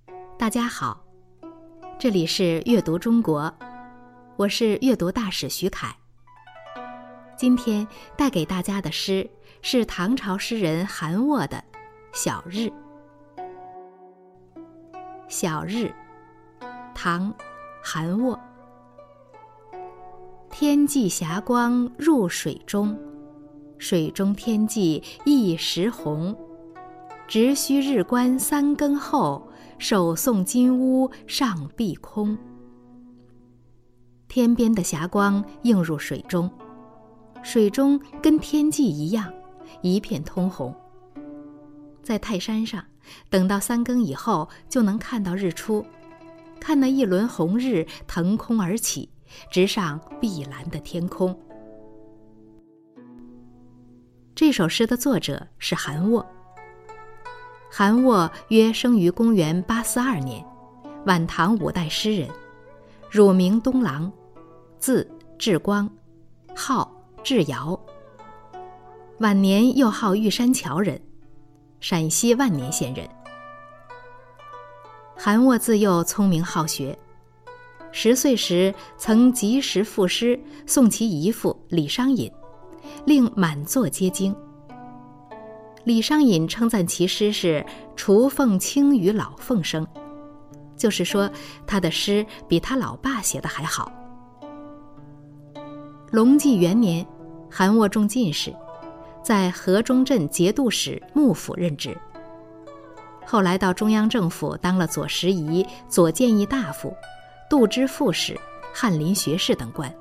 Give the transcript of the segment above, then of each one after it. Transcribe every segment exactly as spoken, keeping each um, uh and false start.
大家好，这里是阅读中国，我是阅读大使徐凯。今天带给大家的诗是唐朝诗人韩沃的《小日》。小日，唐，韩沃。天际霞光入水中，水中天际一时红。直须日关三更后，手送金乌上碧空。天边的霞光映入水中，水中跟天际一样，一片通红。在泰山上，等到三更以后，就能看到日出，看那一轮红日腾空而起，直上碧蓝的天空。这首诗的作者是韩沃。韩沃约生于公元八四二年，晚唐五代诗人，乳名东郎，字志光，号智尧。晚年又号玉山桥人，陕西万年县人。韩沃自幼聪明好学，十岁时曾及时赋诗送其姨父李商隐，令满座皆惊。李商隐称赞其诗是雏凤清于老凤声，就是说他的诗比他老爸写的还好。隆纪元年，韩沃中进士，在河中镇节度使幕府任职，后来到中央政府当了左拾遗、左谏议大夫、度支副使、翰林学士等官。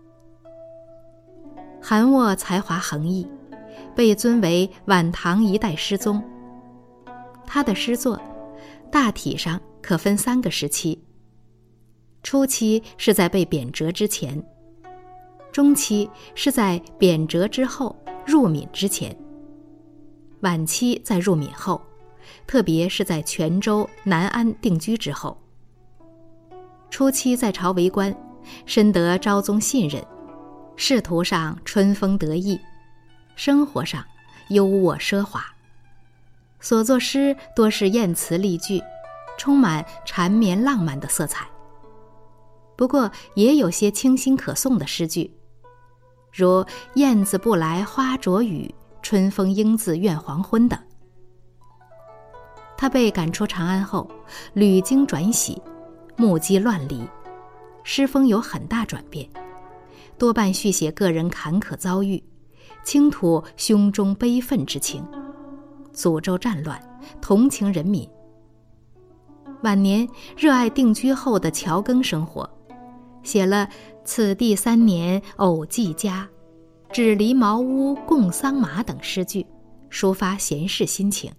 韩沃才华横溢，被尊为晚唐一代诗宗。他的诗作大体上可分三个时期：初期是在被贬谪之前，中期是在贬谪之后入闽之前，晚期在入闽后，特别是在泉州、南安定居之后。初期在朝为官，深得昭宗信任，仕途上春风得意，生活上优渥奢华，所作诗多是艳词丽句，充满缠绵浪漫的色彩。不过也有些清新可颂的诗句，如燕子不来花着雨，春风应自怨黄昏等。他被赶出长安后，屡经转徙，目击乱离，诗风有很大转变，多半续写个人坎坷遭遇，倾吐胸中悲愤之情，诅咒战乱，同情人民。晚年热爱定居后的侨耕生活，写了此地三年偶寄家，只离茅屋共桑麻等诗句，抒发闲适心情。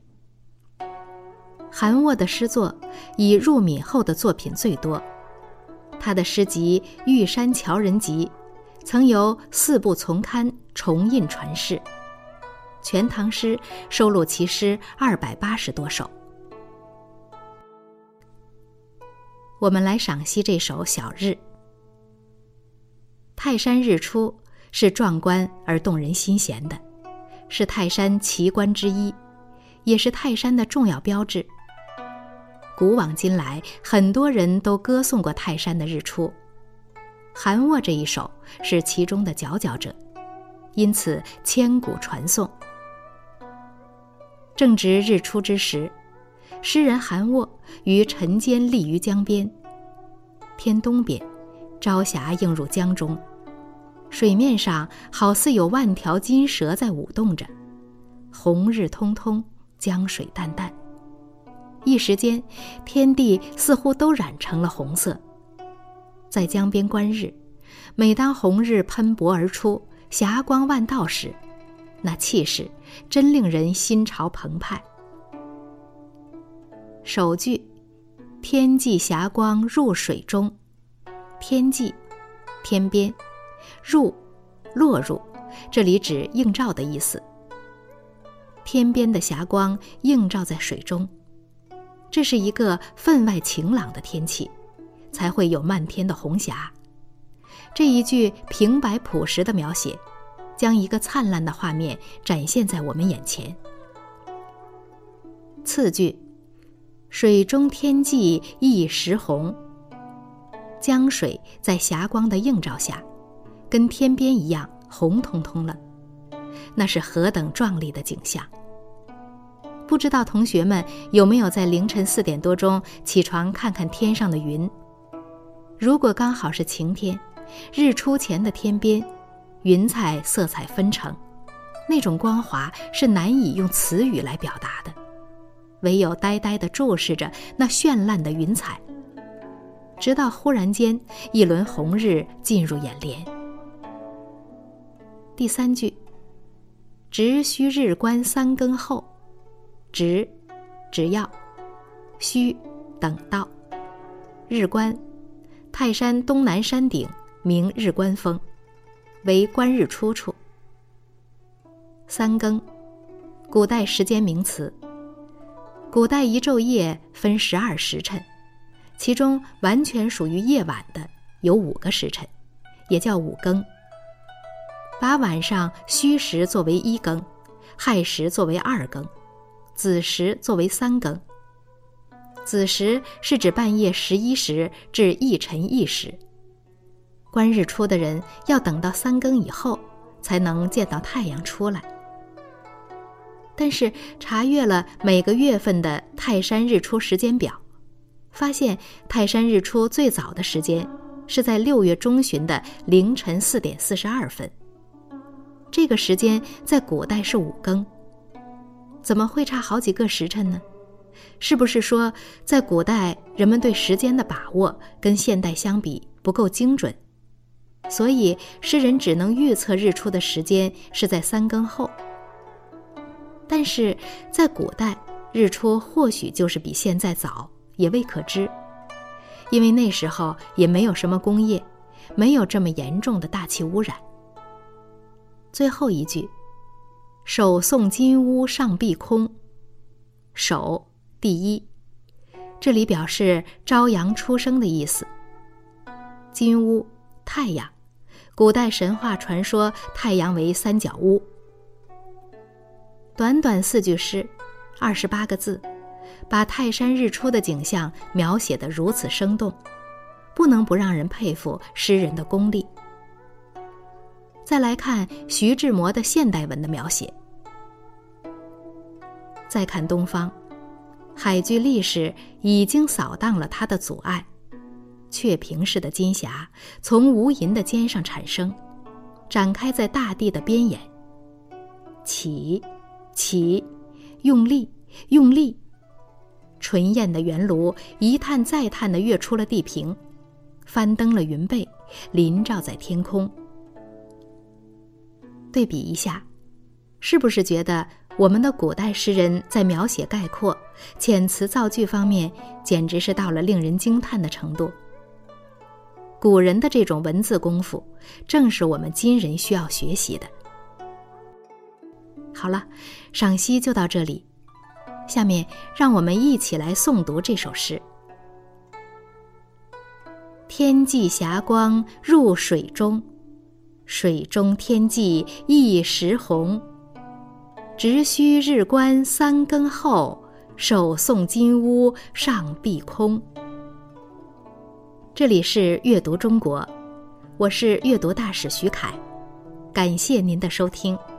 韩沃的诗作以入闽后的作品最多，他的诗集《玉山桥人集》曾由四部丛刊重印传世，《全唐诗》收录其诗二百八十多首。我们来赏析这首《小日》。泰山日出是壮观而动人心弦的，是泰山奇观之一，也是泰山的重要标志。古往今来，很多人都歌颂过泰山的日出，韩沃这一首是其中的佼佼者，因此千古传颂。正值日出之时，诗人韩沃于晨间立于江边，天东边，朝霞映入江中，水面上好似有万条金蛇在舞动着，红日通通，江水淡淡，一时间天地似乎都染成了红色。在江边观日，每当红日喷薄而出，霞光万道时，那气势真令人心潮澎湃。首句天际霞光入水中，天际，天边，入，落入，这里指映照的意思。天边的霞光映照在水中，这是一个分外晴朗的天气，才会有漫天的红霞。这一句平白朴实的描写，将一个灿烂的画面展现在我们眼前。次句水中天际一时红。江水在霞光的映照下，跟天边一样红彤彤了，那是何等壮丽的景象！不知道同学们有没有在凌晨四点多钟起床看看天上的云？如果刚好是晴天，日出前的天边，云彩色彩纷呈，那种光华是难以用词语来表达的，唯有呆呆地注视着那绚烂的云彩，直到忽然间一轮红日进入眼帘。第三句，直须日关三更后。直，只要；须，等到；日关，泰山东南山顶名日关峰，为观日出处。三更，古代时间名词。古代一昼夜分十二时辰，其中完全属于夜晚的有五个时辰，也叫五更。把晚上戌时作为一更，亥时作为二更，子时作为三更。子时是指半夜十一时至一晨一时。观日出的人要等到三更以后才能见到太阳出来。但是查阅了每个月份的泰山日出时间表，发现泰山日出最早的时间是在六月中旬的凌晨四点四十二分。这个时间在古代是五更，怎么会差好几个时辰呢？是不是说在古代人们对时间的把握跟现代相比不够精准，所以诗人只能预测日出的时间是在三更后？但是在古代，日出或许就是比现在早，也未可知，因为那时候也没有什么工业，没有这么严重的大气污染。最后一句，首送金乌上碧空。首，第一，这里表示朝阳初升的意思。金乌，太阳，古代神话传说太阳为三角乌。短短四句诗，二十八个字，把泰山日出的景象描写得如此生动，不能不让人佩服诗人的功力。再来看徐志摩的现代文的描写。再看东方，海距历史已经扫荡了它的阻碍，雀屏式的金霞从无垠的肩上产生，展开在大地的边沿。起，起，用力，用力，纯艳的圆炉一探再探地跃出了地平，翻登了云背，临照在天空。对比一下，是不是觉得我们的古代诗人在描写概括、遣词造句方面简直是到了令人惊叹的程度？古人的这种文字功夫，正是我们今人需要学习的。好了，赏析就到这里，下面让我们一起来诵读这首诗。天际霞光入水中，水中天际一时红。直须日关三更后，首送金乌上碧空。这里是阅读中国，我是阅读大使徐凯，感谢您的收听。